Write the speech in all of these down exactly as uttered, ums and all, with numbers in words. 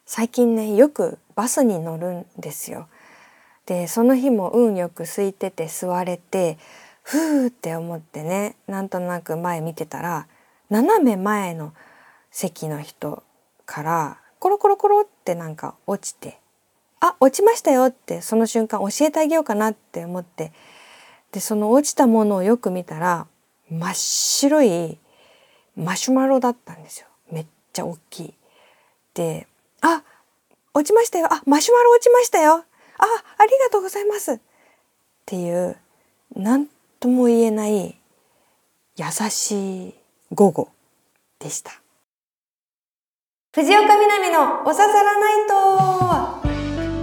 最近ねよくバスに乗るんですよ。でその日も運よく空いてて座れてふーって思ってね、なんとなく前見てたら斜め前の席の人からコロコロコロってなんか落ちて、あ落ちましたよってその瞬間教えてあげようかなって思って、でその落ちたものをよく見たら真っ白いマシュマロだったんですよ。めっちゃ大きい。で、あ落ちましたよ、あマシュマロ落ちましたよ、あありがとうございますっていう何とも言えない優しい午後でした。藤岡みなみのおささらナイト。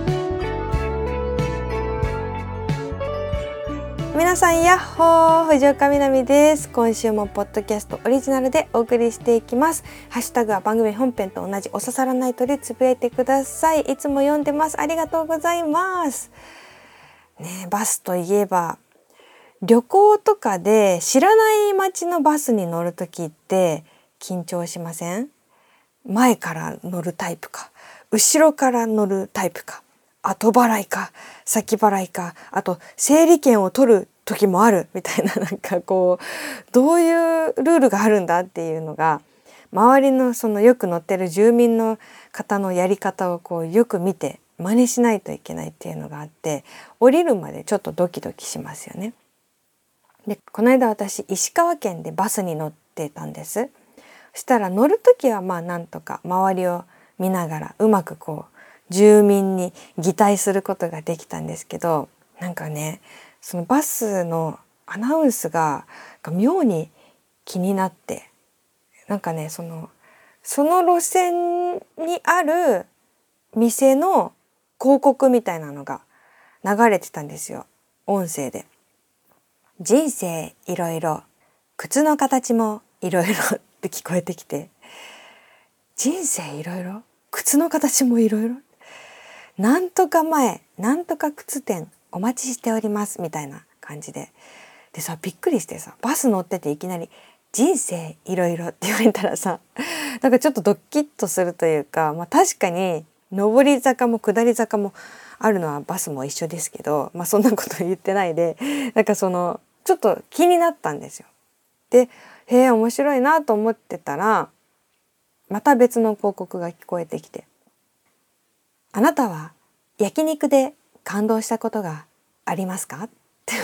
皆さんやっほー、藤岡みなみです。今週もポッドキャストオリジナルでお送りしていきます。ハッシュタグは番組本編と同じおささらナイトでつぶやいてください。いつも読んでます。ありがとうございますね。バスといえば旅行とかで知らない街のバスに乗るときって緊張しません？前から乗るタイプか、後ろから乗るタイプか、後払いか先払いか、あと整理券を取る時もあるみたいな、なんかこうどういうルールがあるんだっていうのが、周りのそのよく乗ってる住民の方のやり方をこうよく見て真似しないといけないっていうのがあって、降りるまでちょっとドキドキしますよね。でこの間私石川県でバスに乗ってたんです。そしたら乗る時はまあなんとか周りを見ながらうまくこう住民に擬態することができたんですけど、なんかねそのバスのアナウンスが妙に気になって、なんかねそのその路線にある店の広告みたいなのが流れてたんですよ、音声で。人生いろいろ、靴の形もいろいろって聞こえてきて、人生いろいろ、靴の形もいろいろ、なんとか前、なんとか靴店お待ちしておりますみたいな感じで、でさびっくりしてさ、バス乗ってていきなり人生いろいろって言われたらさ、なんかちょっとドッキッとするというか、まあ確かに上り坂も下り坂もあるのはバスも一緒ですけど、まあそんなこと言ってないで、なんかそのちょっと気になったんですよ。で、へえ面白いなと思ってたら、また別の広告が聞こえてきて、あなたは焼肉で感動したことがありますかって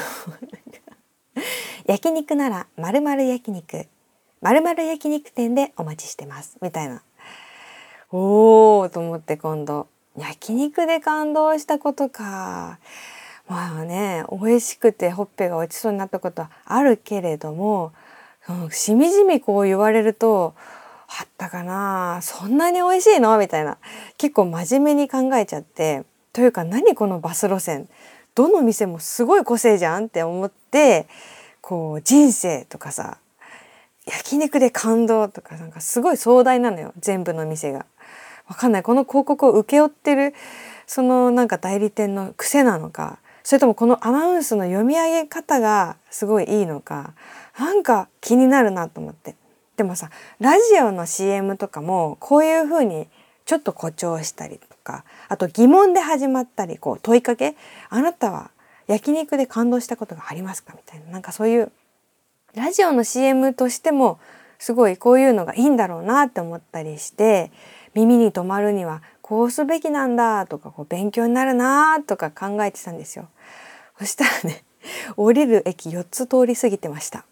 焼肉なら〇〇焼肉、〇〇焼肉店でお待ちしてますみたいな。おーと思って、今度焼肉で感動したことか。まあね、美味しくてほっぺが落ちそうになったことはあるけれども、しみじみこう言われると、あったかな、そんなに美味しいのみたいな、結構真面目に考えちゃって、というか何このバス路線、どの店もすごい個性じゃんって思って、こう人生とかさ、焼肉で感動とか、なんかすごい壮大なのよ、全部の店が。わかんない、この広告を請け負ってるそのなんか代理店の癖なのか、それともこのアナウンスの読み上げ方がすごいいいのか、なんか気になるなと思って。でもさ、ラジオの シーエム とかもこういう風にちょっと誇張したりとか、あと疑問で始まったり、こう問いかけ、あなたは焼肉で感動したことがありますかみたいな、なんかそういうラジオの シーエム としてもすごいこういうのがいいんだろうなって思ったりして、耳に留まるにはこうすべきなんだとか、こう勉強になるなとか考えてたんですよ。そしたらね、降りる駅よっつ通り過ぎてました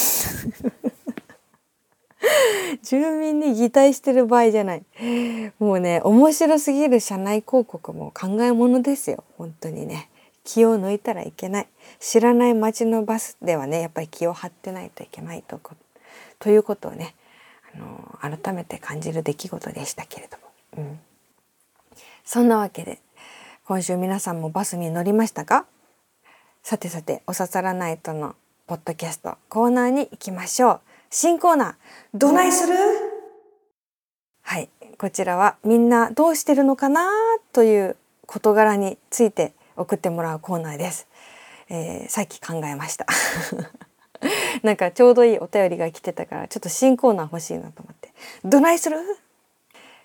住民に擬態してる場合じゃない。もうね、面白すぎる車内広告も考えものですよ、本当にね。気を抜いたらいけない。知らない街のバスではね、やっぱり気を張ってないといけないとということをね、あの改めて感じる出来事でしたけれども、うん、そんなわけで今週皆さんもバスに乗りましたか？さてさて、おささらナイトのポッドキャストコーナーに行きましょう。新コーナー、どないする？はい、こちらはみんなどうしてるのかなという事柄について送ってもらうコーナーです。えー、さっき考えましたなんかちょうどいいお便りが来てたから、ちょっと新コーナー欲しいなと思って、どないする？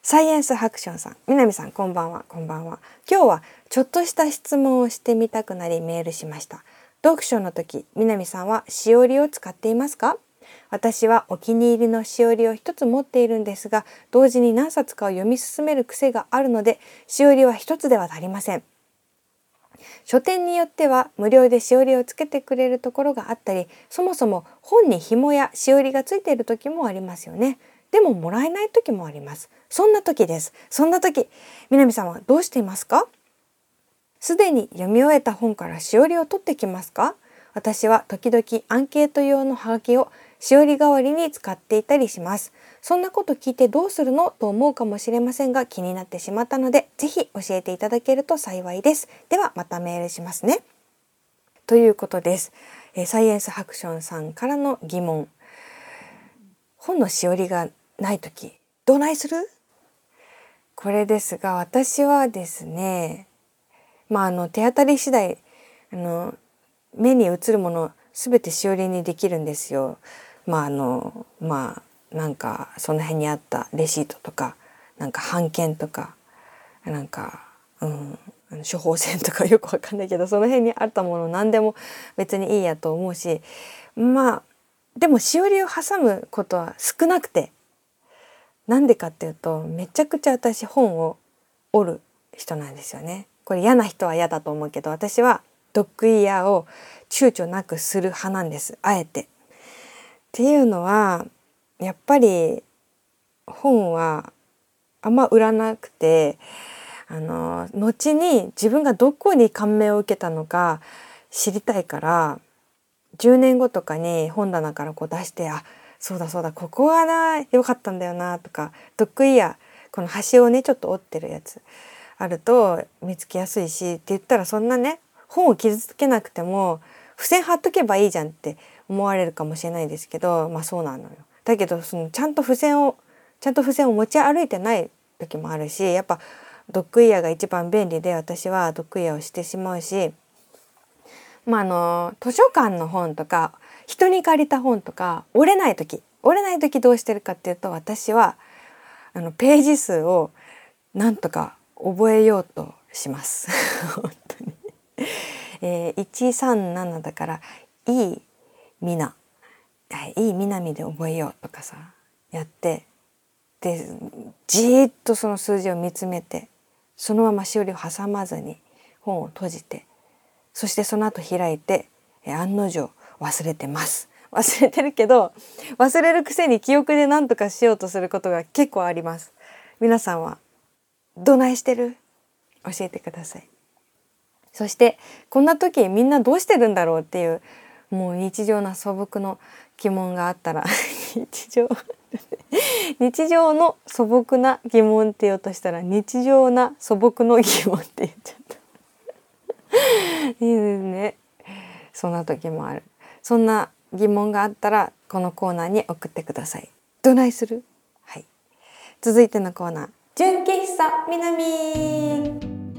サイエンスハクションさん、みなみさんこんばんは。こんばんは。今日はちょっとした質問をしてみたくなりメールしました。読書の時、みなみさんはしおりを使っていますか？私はお気に入りのしおりを一つ持っているんですが、同時に何冊かを読み進める癖があるので、しおりは一つでは足りません。書店によっては無料でしおりをつけてくれるところがあったり、そもそも本に紐やしおりがついている時もありますよね。でももらえない時もあります。そんな時です。そんな時、みなみさんはどうしていますか？すでに読み終えた本からしおりを取ってきますか？私は時々アンケート用のハガキをしおり代わりに使っていたりします。そんなこと聞いてどうするのと思うかもしれませんが、気になってしまったので、ぜひ教えていただけると幸いです。ではまたメールしますね。ということです。えー、サイエンスハクションさんからの疑問。本のしおりがないときどないする？これですが、私はですね、まああの手当たり次第あの目に映るものすべてしおりにできるんですよ。まああのまあなんかその辺にあったレシートとか、なんか版権とか、なんか、うん、処方箋とかよくわかんないけど、その辺にあったもの何でも別にいいやと思うし、まあでもしおりを挟むことは少なくて、なんでかっていうと、めちゃくちゃ私本を折る人なんですよね。これ嫌な人は嫌だと思うけど、私はドッグイヤーを躊躇なくする派なんです。あえて。っていうのはやっぱり本はあんま売らなくて、あの後に自分がどこに感銘を受けたのか知りたいから、じゅうねんごとかに本棚からこう出して、あ、そうだそうだ、ここはな良かったんだよなとか、ドッグイヤーこの端をねちょっと折ってるやつあると見つけやすいしって言ったら、そんなね本を傷つけなくても付箋貼っとけばいいじゃんって思われるかもしれないですけど、まあそうなのよ。だけどそのちゃんと付箋をちゃんと付箋を持ち歩いてない時もあるし、やっぱドッグイヤーが一番便利で、私はドッグイヤーをしてしまうし、まああの図書館の本とか人に借りた本とか折れない時折れない時どうしてるかっていうと、私はあのページ数をなんとか覚えようとします本当にえー、いちさんななだからいいみないい南で覚えようとかさやって、でじーっとその数字を見つめて、そのまましおりを挟まずに本を閉じて、そしてその後開いて、え案の定忘れてます。忘れてるけど、忘れるくせに記憶で何とかしようとすることが結構あります。皆さんはどないしてる？教えてください。そしてこんな時みんなどうしてるんだろうっていう、もう日常な素朴の疑問があったら日常日常の素朴な疑問って言おうとしたら、日常な素朴の疑問って言っちゃったいいですね。そんな時もある。そんな疑問があったらこのコーナーに送ってください。どないする？はい。続いてのコーナー、純喫茶みなみ。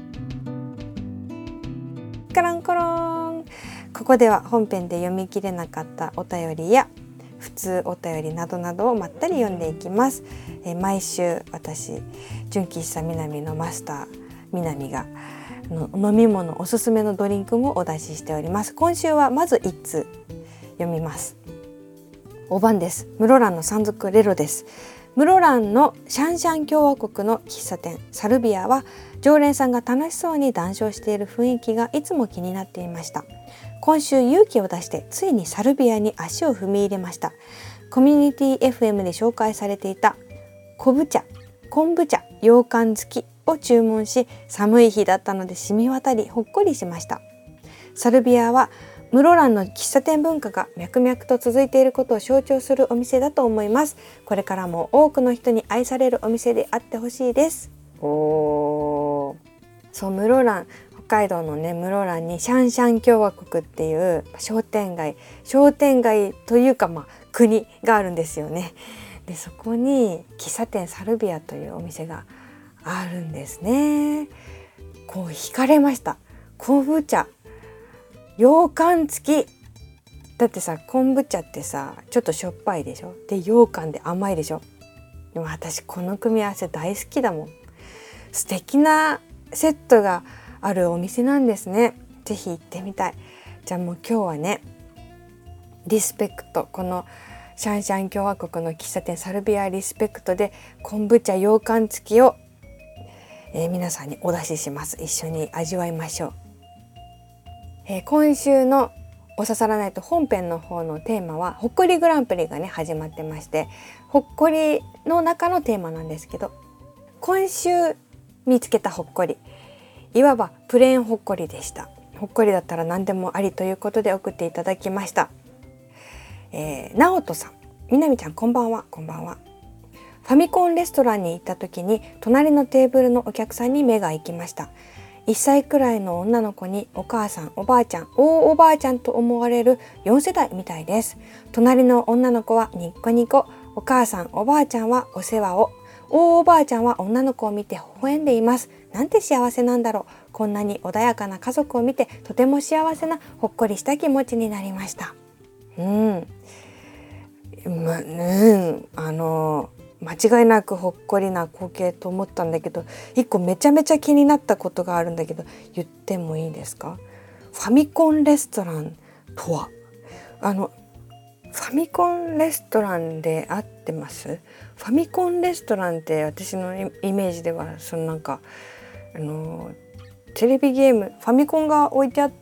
カランコロン。ここでは本編で読み切れなかったお便りや普通お便りなどなどをまったり読んでいきます。え毎週私純喫茶みなみのマスターみなみがの飲み物おすすめのドリンクもお出ししております。今週はまずいっつ読みます。おばんです。室蘭の山賊レロです。室蘭のシャンシャン共和国の喫茶店サルビアは、常連さんが楽しそうに談笑している雰囲気がいつも気になっていました。今週勇気を出してついにサルビアに足を踏み入れました。コミュニティ エフエム で紹介されていた昆布茶、昆布茶羊羹付きを注文し、寒い日だったので染み渡りほっこりしました。サルビアは室蘭の喫茶店文化が脈々と続いていることを象徴するお店だと思います。これからも多くの人に愛されるお店であってほしいです。おー、そう、室蘭、北海道のね室蘭にシャンシャン共和国っていう商店街商店街というか、まあ国があるんですよね。でそこに喫茶店サルビアというお店があるんですね。こう惹かれました。昆布茶羊羹付きだってさ、昆布茶ってさちょっとしょっぱいでしょ、で羊羹で甘いでしょ。 でも私この組み合わせ大好きだもん。素敵なセットがあるお店なんですね。ぜひ行ってみたい。じゃあもう今日はね、リスペクト、このシャンシャン共和国の喫茶店サルビアリスペクトで昆布茶羊羹付きを、えー、皆さんにお出しします。一緒に味わいましょう。えー、今週のおささらないと本編の方のテーマはほっこりグランプリがね始まってまして、ほっこりの中のテーマなんですけど、今週見つけたほっこり、いわばプレーンほっこりでした。ほっこりだったら何でもありということで送っていただきました。えー、なおとさん、みなみちゃんこんばんは。こんばんは。ファミコンレストランに行った時に隣のテーブルのお客さんに目が行きました。いっさいくらいの女の子にお母さん、おばあちゃん、大おばあちゃんと思われるよん世代みたいです。隣の女の子はニッコニコ、お母さん、おばあちゃんはお世話を、大おばあちゃんは女の子を見て微笑んでいます。なんて幸せなんだろう。こんなに穏やかな家族を見てとても幸せなほっこりした気持ちになりました。うん、まね、あの間違いなくほっこりな光景と思ったんだけど、一個めちゃめちゃ気になったことがあるんだけど、言ってもいいですか？ファミコンレストランとは、あのファミコンレストランで合ってます？ファミコンレストランって私のイメージではそのなんかあのテレビゲームファミコンが置いてあって、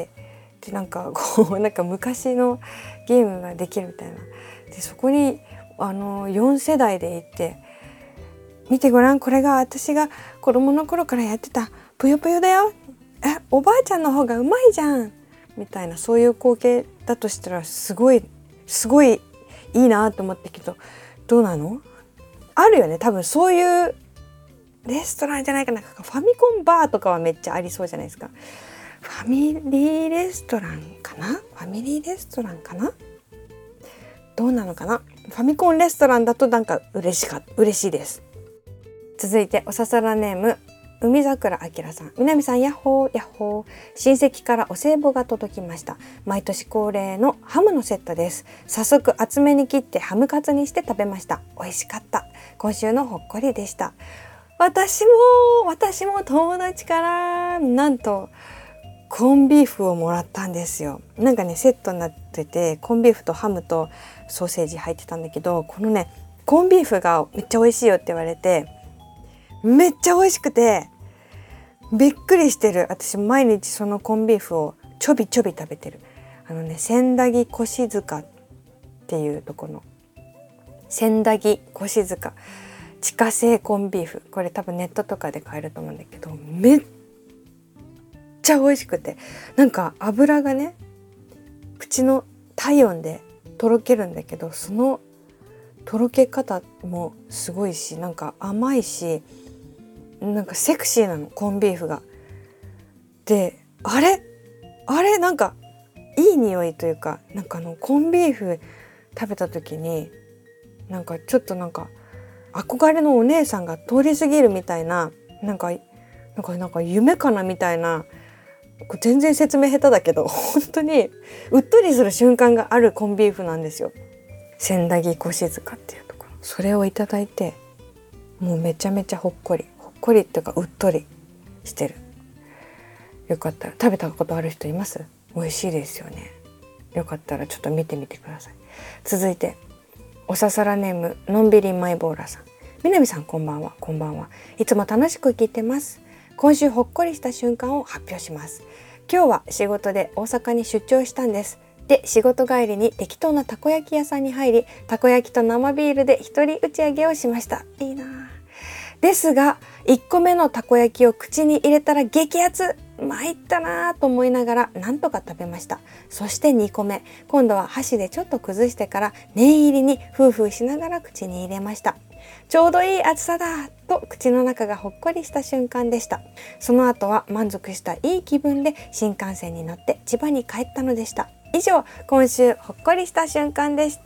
でなんかこうなんか昔のゲームができるみたいな、でそこにあのよん世代で行って、見てごらん、これが私が子供の頃からやってたぷよぷよだよ、えおばあちゃんの方がうまいじゃんみたいな、そういう光景だとしたらすごいすごいいいなと思ったけど、どうなの？あるよね、多分そういうレストランじゃないかな。ファミコンバーとかはめっちゃありそうじゃないですか。ファミリーレストランかな？ファミリーレストランかな？どうなのかな？ファミコンレストランだとなんか嬉しか嬉しいです。続いておささらネーム海桜あきらさん、みなみさんやっほーやっほー。親戚からお歳暮が届きました。毎年恒例のハムのセットです。早速厚めに切ってハムカツにして食べました。美味しかった。今週のほっこりでした。私も私も友達からなんとコンビーフをもらったんですよ。なんかねセットになってて、コンビーフとハムとソーセージ入ってたんだけど、このねコンビーフがめっちゃ美味しいよって言われて、めっちゃ美味しくてびっくりしてる。私毎日そのコンビーフをちょびちょび食べてる。あのね千駄木越塚っていうとこの千駄木越塚自家製コンビーフ、これ多分ネットとかで買えると思うんだけど、めっちゃ美味しくて、なんか油がね口の体温でとろけるんだけど、そのとろけ方もすごいし、なんか甘いし、なんかセクシーなのコンビーフが。であれあれなんかいい匂いというか、なんかあのコンビーフ食べた時になんかちょっとなんか憧れのお姉さんが通り過ぎるみたいな、なんかなんかなんか夢かなみたいな、全然説明下手だけど本当にうっとりする瞬間があるコンビーフなんですよ。千駄木越塚っていうところ、それをいただいて、もうめちゃめちゃほっこりほっこりっていうかうっとりしてる。よかったら食べたことある人います？美味しいですよね。よかったらちょっと見てみてください。続いておささらネームのんびりマイボーラーさん、みなみさんこんばんは。こんばんは。いつも楽しく聞いてます。今週ほっこりした瞬間を発表します。今日は仕事で大阪に出張したんです。で仕事帰りに適当なたこ焼き屋さんに入り、たこ焼きと生ビールで一人打ち上げをしました。いいな。ですがいっこめのたこ焼きを口に入れたら激アツ、参ったなと思いながらなんとか食べました。そしてにこめ、今度は箸でちょっと崩してから念入りにフーフーしながら口に入れました。ちょうどいい厚さだと口の中がほっこりした瞬間でした。その後は満足したいい気分で新幹線に乗って千葉に帰ったのでした。以上、今週ほっこりした瞬間でした。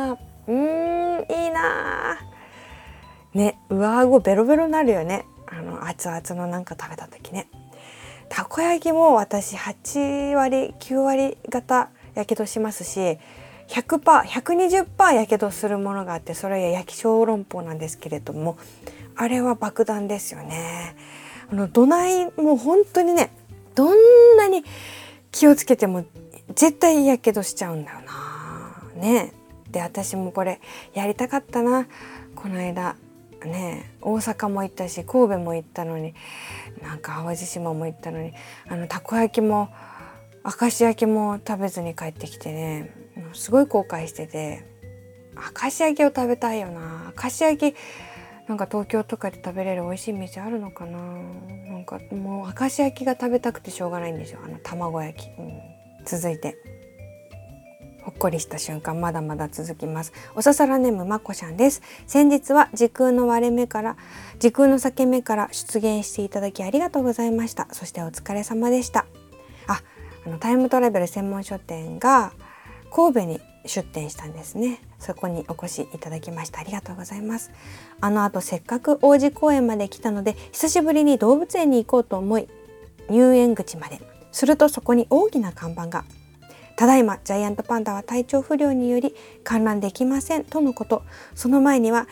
うーん、いいなね、上顎ベロベロになるよね。あの熱々のなんか食べた時ね。たこ焼きも私はちわりきゅうわり方やけどしますし、 ひゃくパーセント、ひゃくにじゅっパーセント やけどするものがあって、それは焼き小籠包なんですけれども、あれは爆弾ですよね。あのどないもう本当にね、どんなに気をつけても絶対やけどしちゃうんだよなね。で私もこれやりたかったな。この間ね、大阪も行ったし神戸も行ったのに、なんか淡路島も行ったのに、あのたこ焼きも明石焼きも食べずに帰ってきてね、すごい後悔してて、明石焼きを食べたいよな。明石焼きなんか東京とかで食べれる美味しい店あるのかな。なんかもう明石焼きが食べたくてしょうがないんですよ、あの卵焼き、うん、続いてほっこりした瞬間まだまだ続きます。おささらネームまこちゃんです。先日は時空の割れ目から時空の裂け目から出現していただきありがとうございました。そしてお疲れ様でした。あ、あのタイムトラベル専門書店が神戸に出店したんですね。そこにお越しいただきました。ありがとうございます。あの後せっかく王子公園まで来たので久しぶりに動物園に行こうと思い入園口まで。するとそこに大きな看板が、ただいまジャイアントパンダは体調不良により観覧できませんとのこと。その前にはパン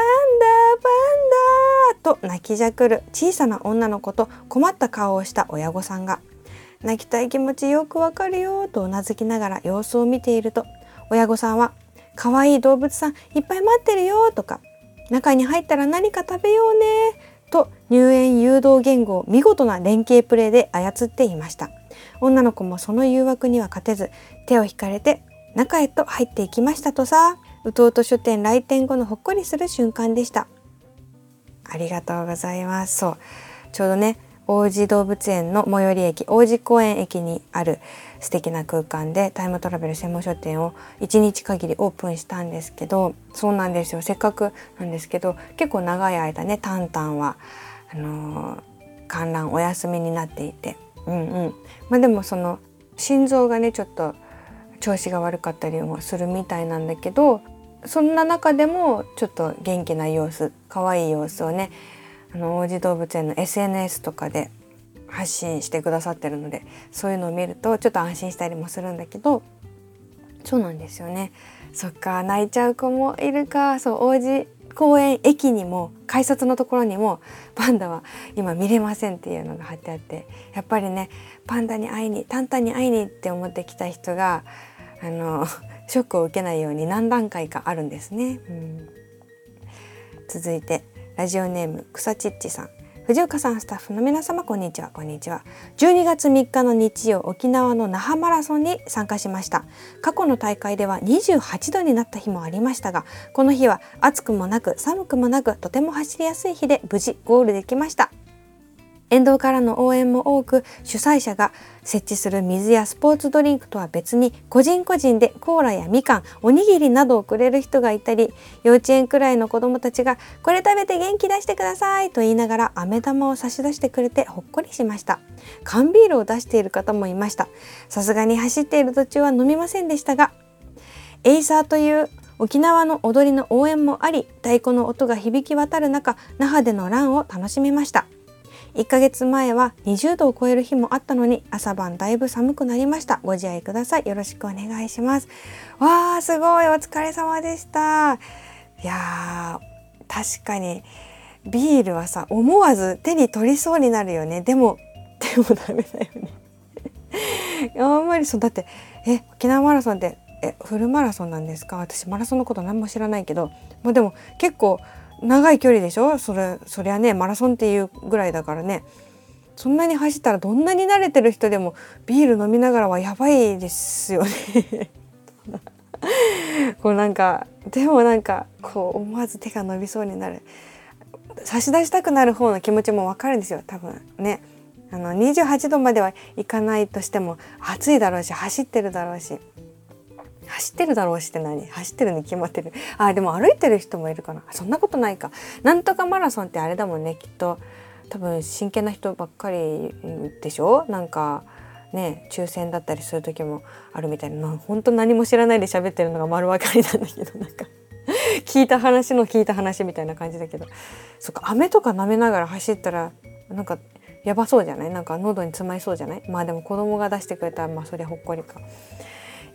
ダパンダと泣きじゃくる小さな女の子と困った顔をした親御さんが、泣きたい気持ちよくわかるよとうなずきながら様子を見ていると、親御さんはかわいい動物さんいっぱい待ってるよとか、中に入ったら何か食べようねと入園誘導言語を見事な連携プレーで操っていました。女の子もその誘惑には勝てず手を引かれて中へと入っていきましたとさ。うとうと書店来店後のほっこりする瞬間でした。ありがとうございます。そうちょうどね、王子動物園の最寄り駅王子公園駅にある素敵な空間でタイムトラベル専門書店をいちにち限りオープンしたんですけど、そうなんですよ、せっかくなんですけど結構長い間ねタンタンはあのー、観覧お休みになっていて、うんうん、まあでもその心臓がねちょっと調子が悪かったりもするみたいなんだけど、そんな中でもちょっと元気な様子、可愛い様子をね、あの王子動物園の エスエヌエス とかで発信してくださってるので、そういうのを見るとちょっと安心したりもするんだけど、そうなんですよね。そっか、泣いちゃう子もいるか。そう、王子公園駅にも改札のところにもパンダは今見れませんっていうのが貼ってあって、やっぱりねパンダに会いにタンタンに会いにって思ってきた人があのショックを受けないように何段階かあるんですね、うん、続いてラジオネーム草ちっちさん。藤岡さん、スタッフの皆様こんにちは。こんにちは。じゅうにがつみっかの日曜、沖縄の那覇マラソンに参加しました。過去の大会ではにじゅうはちどになった日もありましたが、この日は暑くもなく寒くもなくとても走りやすい日で無事ゴールできました。沿道からの応援も多く、主催者が設置する水やスポーツドリンクとは別に個人個人でコーラやみかん、おにぎりなどをくれる人がいたり、幼稚園くらいの子どもたちがこれ食べて元気出してくださいと言いながら飴玉を差し出してくれてほっこりしました。缶ビールを出している方もいました。さすがに走っている途中は飲みませんでしたが、エイサーという沖縄の踊りの応援もあり、太鼓の音が響き渡る中、那覇でのランを楽しみました。いっかげつまえはにじゅうどを超える日もあったのに、朝晩だいぶ寒くなりました。ご自愛ください。よろしくお願いします。わー、すごい、お疲れ様でした。いやー、確かにビールはさ、思わず手に取りそうになるよね。でもでもダメだよねあんまりそうだって、え沖縄マラソンってえフルマラソンなんですか？私マラソンのこと何も知らないけど、まあ、でも結構長い距離でしょ。それそりゃねマラソンっていうぐらいだからね、そんなに走ったらどんなに慣れてる人でもビール飲みながらはやばいですよねこうなんかでもなんかこう思わず手が伸びそうになる、差し出したくなる方の気持ちもわかるんですよ多分ね。あのにじゅうはちどまではいかないとしても暑いだろうし、走ってるだろうし走ってるだろうしって何、走ってるに決まってる。あ、でも歩いてる人もいるかな。そんなことないか。なんとかマラソンってあれだもんね、きっと多分真剣な人ばっかりでしょ。なんかね、抽選だったりする時もあるみたいな。本当何も知らないで喋ってるのが丸分かりなんだけど、なんか聞いた話の聞いた話みたいな感じだけど、そっか、飴とか舐めながら走ったらなんかやばそうじゃない？なんか喉に詰まりそうじゃない？まあでも子供が出してくれたらまあそれほっこりか。い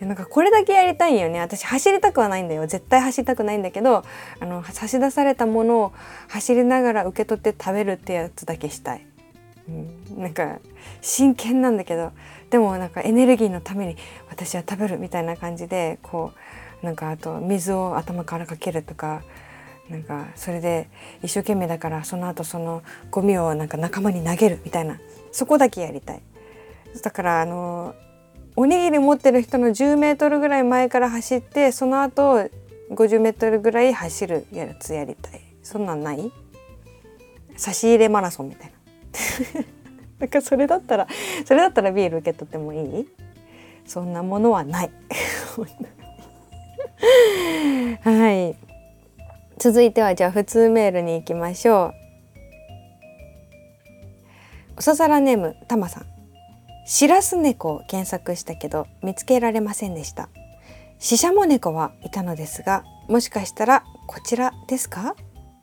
なんかこれだけやりたいんよね。私走りたくはないんだよ。絶対走りたくないんだけど、あの差し出されたものを走りながら受け取って食べるってやつだけしたい。うん、なんか真剣なんだけど、でもなんかエネルギーのために私は食べるみたいな感じで、こうなんかあと水を頭からかけるとか、なんかそれで一生懸命だからその後そのゴミをなんか仲間に投げるみたいな、そこだけやりたい。だからあのおにぎり持ってる人のじゅうメートルぐらい前から走って、その後ごじゅうメートルぐらい走るやつやりたい。そんなんない？差し入れマラソンみたいななんかそれだったらそれだったらビール受け取ってもいい？そんなものはないはい、続いてはじゃあ普通メールに行きましょう。おささらネームたまさん。しらす猫を検索したけど見つけられませんでした。ししゃも猫はいたのですが、もしかしたらこちらですか？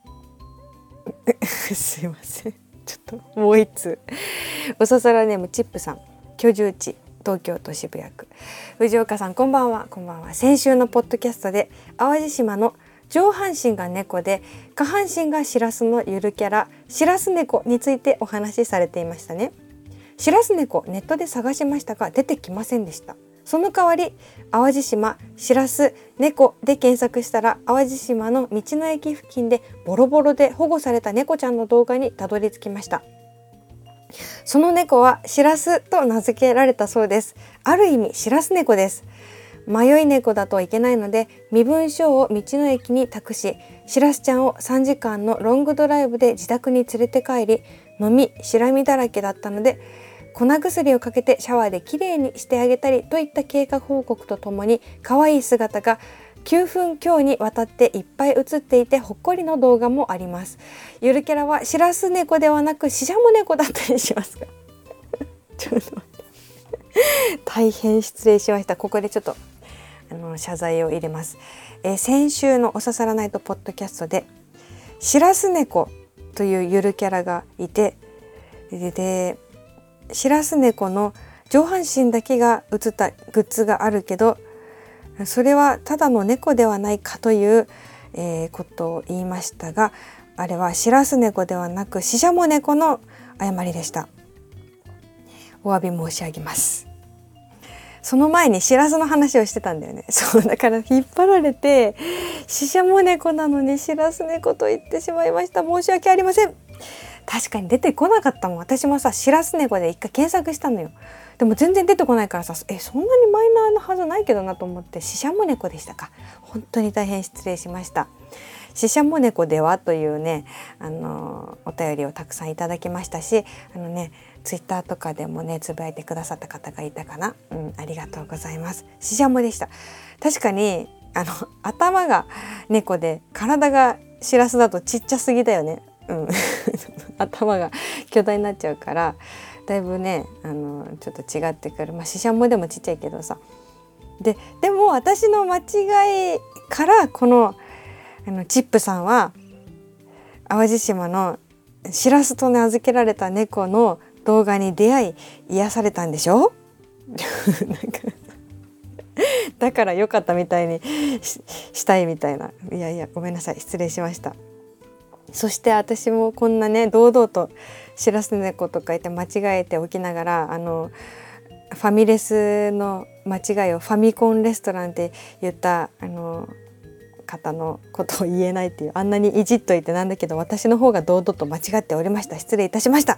すいません、ちょっともう一通。おささらネームチップさん。居住地東京都渋谷区。藤岡さんこんばんは。こんばんは。先週のポッドキャストで淡路島の上半身が猫で下半身がしらすのゆるキャラしらす猫についてお話しされていましたね。しらす猫ネットで探しましたが出てきませんでした。その代わり淡路島しらす猫で検索したら、淡路島の道の駅付近でボロボロで保護された猫ちゃんの動画にたどり着きました。その猫はしらすと名付けられたそうです。ある意味しらす猫です。迷い猫だといけないので身分証を道の駅に託し、しらすちゃんをさんじかんのロングドライブで自宅に連れて帰り、飲みしらみだらけだったので粉薬をかけてシャワーできれいにしてあげたりといった経過報告とともに、可愛い姿がきゅうふん強にわたっていっぱい映っていてほっこりの動画もあります。ゆるキャラはしらす猫ではなくししゃも猫だったりしますか？ちょっと大変失礼しました。ここでちょっとあの謝罪を入れます。えー、先週のおささらないとポッドキャストでしらす猫というゆるキャラがいて、で、でしらす猫の上半身だけが写ったグッズがあるけど、それはただの猫ではないかという、えー、ことを言いましたが、あれはしらす猫ではなくししゃも猫の誤りでした。お詫び申し上げます。その前にしらすの話をしてたんだよね。そうだから引っ張られてししゃも猫なのにしらす猫と言ってしまいました。申し訳ありません。確かに出てこなかったもん。私もさしらす猫で一回検索したのよ。でも全然出てこないからさ、えそんなにマイナーなはずないけどなと思って、ししゃも猫でしたか。本当に大変失礼しました。ししゃも猫ではというね、あのお便りをたくさんいただきましたし、あのねツイッターとかでもねつぶやいてくださった方がいたかな、うん、ありがとうございます。ししゃもでした。確かにあの頭が猫で体がしらすだとちっちゃすぎだよね。うん、頭が巨大になっちゃうからだいぶねあのちょっと違ってくる。まあししゃもでもちっちゃいけどさ、ででも私の間違いからこのあのチップさんは淡路島のしらすと名付けられた猫の動画に出会い癒されたんでしょなんかだから良かったみたいに し, したいみたいな。いやいやごめんなさい、失礼しました。そして私もこんなね堂々としらす猫とか言って間違えておきながら、あのファミレスの間違いをファミコンレストランって言ったあの方のことを言えないっていう、あんなにいじっといてなんだけど私の方が堂々と間違っておりました。失礼いたしました。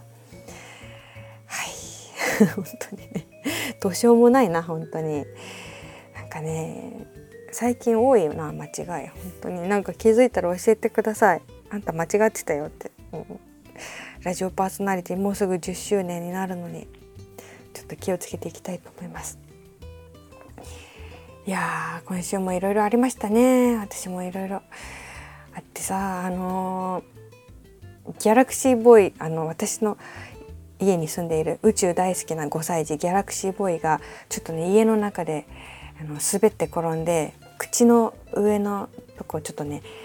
はい本当にねどうしようもないな。本当になんかね最近多いよな間違い。本当になんか気づいたら教えてください。あんた間違ってたよって、うん、ラジオパーソナリティもうすぐじゅっしゅうねんになるのにちょっと気をつけていきたいと思います。いやー今週もいろいろありましたね。私もいろいろあってさ、あのー、ギャラクシーボーイ、あの私の家に住んでいる宇宙大好きなごさい児ギャラクシーボーイがちょっとね家の中であの滑って転んで口の上のとこちょっとね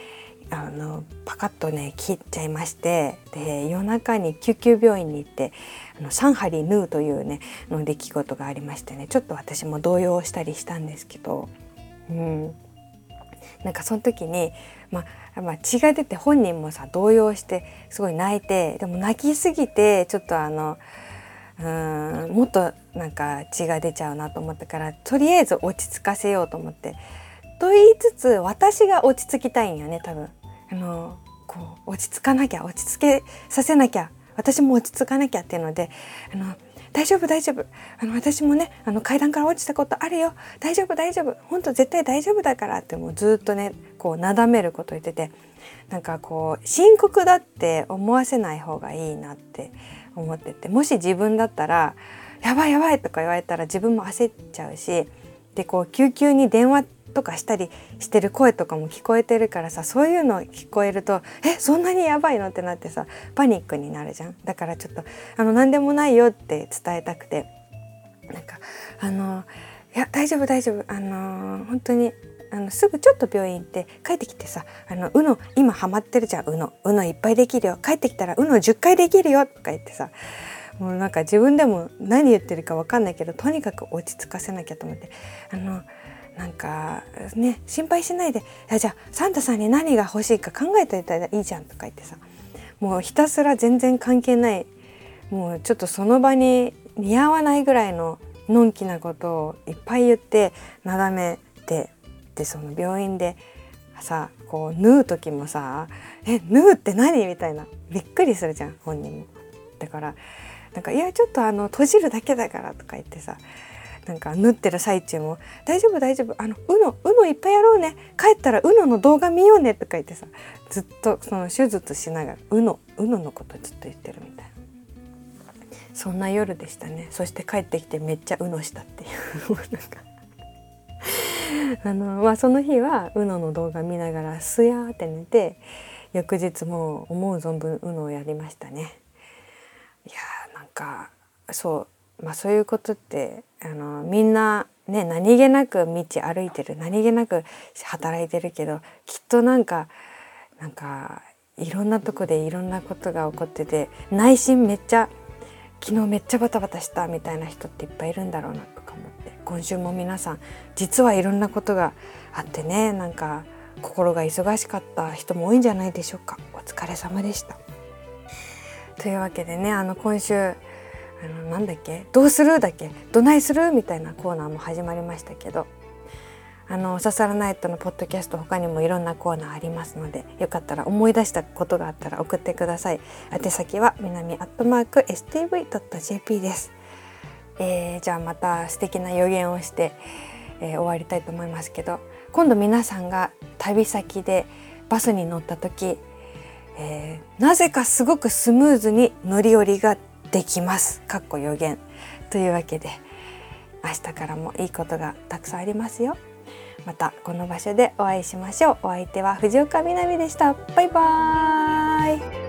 あのパカッとね切っちゃいまして、で夜中に救急病院に行ってあのさん針縫うというねの出来事がありましてね、ちょっと私も動揺したりしたんですけど、うん、なんかその時に、まあ、まあ血が出て本人もさ動揺してすごい泣いて、でも泣きすぎてちょっとあのうーんもっとなんか血が出ちゃうなと思ったから、とりあえず落ち着かせようと思って、と言いつつ私が落ち着きたいんよね多分。あのこう落ち着かなきゃ、落ち着けさせなきゃ、私も落ち着かなきゃっていうので、あの大丈夫大丈夫、あの私もねあの階段から落ちたことあるよ、大丈夫大丈夫、本当絶対大丈夫だからってもうずっとねこうなだめること言ってて、なんかこう深刻だって思わせない方がいいなって思ってて、もし自分だったらやばいやばいとか言われたら自分も焦っちゃうし、でこう救急に電話とかしたりしてる声とかも聞こえてるからさ、そういうの聞こえるとえそんなにやばいのってなってさパニックになるじゃん。だからちょっとあの何でもないよって伝えたくて、なんかあのいや大丈夫大丈夫、あの本当にあのすぐちょっと病院行って帰ってきてさ、あのうの今ハマってるじゃん、うのうのいっぱいできるよ、帰ってきたらうのじゅっかいできるよとか言ってさ、もうなんか自分でも何言ってるか分かんないけどとにかく落ち着かせなきゃと思って、あのなんかね心配しないで、じゃあサンタさんに何が欲しいか考えておいたらいいじゃんとか言ってさ、もうひたすら全然関係ない、もうちょっとその場に似合わないぐらいののんきなことをいっぱい言ってなだめて、でその病院でさこう縫う時もさえ縫うって何みたいなびっくりするじゃん本人も。だからなんかいやちょっとあの閉じるだけだからとか言ってさ、なんか縫ってる最中も大丈夫大丈夫、あのうのうのいっぱいやろうね、帰ったらうのの動画見ようねとか言ってさ、ずっとその手術しながらうのうののことずっと言ってるみたいな、そんな夜でしたね。そして帰ってきてめっちゃうのしたっていうなんかあの、まあ、その日はうのの動画見ながらすやーって寝て、翌日もう思う存分うのをやりましたね。いやーなんかそう、まあ、そういうことってあのみんなね何気なく道歩いてる、何気なく働いてるけど、きっとなんかなんかいろんなとこでいろんなことが起こってて、内心めっちゃ昨日めっちゃバタバタしたみたいな人っていっぱいいるんだろうなとか思って、今週も皆さん実はいろんなことがあってね、なんか心が忙しかった人も多いんじゃないでしょうか。お疲れ様でした。というわけでね、あの今週あのなんだっけどうするだっけどないするみたいなコーナーも始まりましたけど、あのおささらナイトのポッドキャスト他にもいろんなコーナーありますので、よかったら思い出したことがあったら送ってください。宛先はみなみアットマーク エスティーブイドットジェーピー です。えー、じゃあまた素敵な予言をして、えー、終わりたいと思いますけど、今度皆さんが旅先でバスに乗った時、えー、なぜかすごくスムーズに乗り降りができます。かっこ予言というわけで、明日からもいいことがたくさんありますよ。またこの場所でお会いしましょう。お相手は藤岡みなみでした。バイバーイ。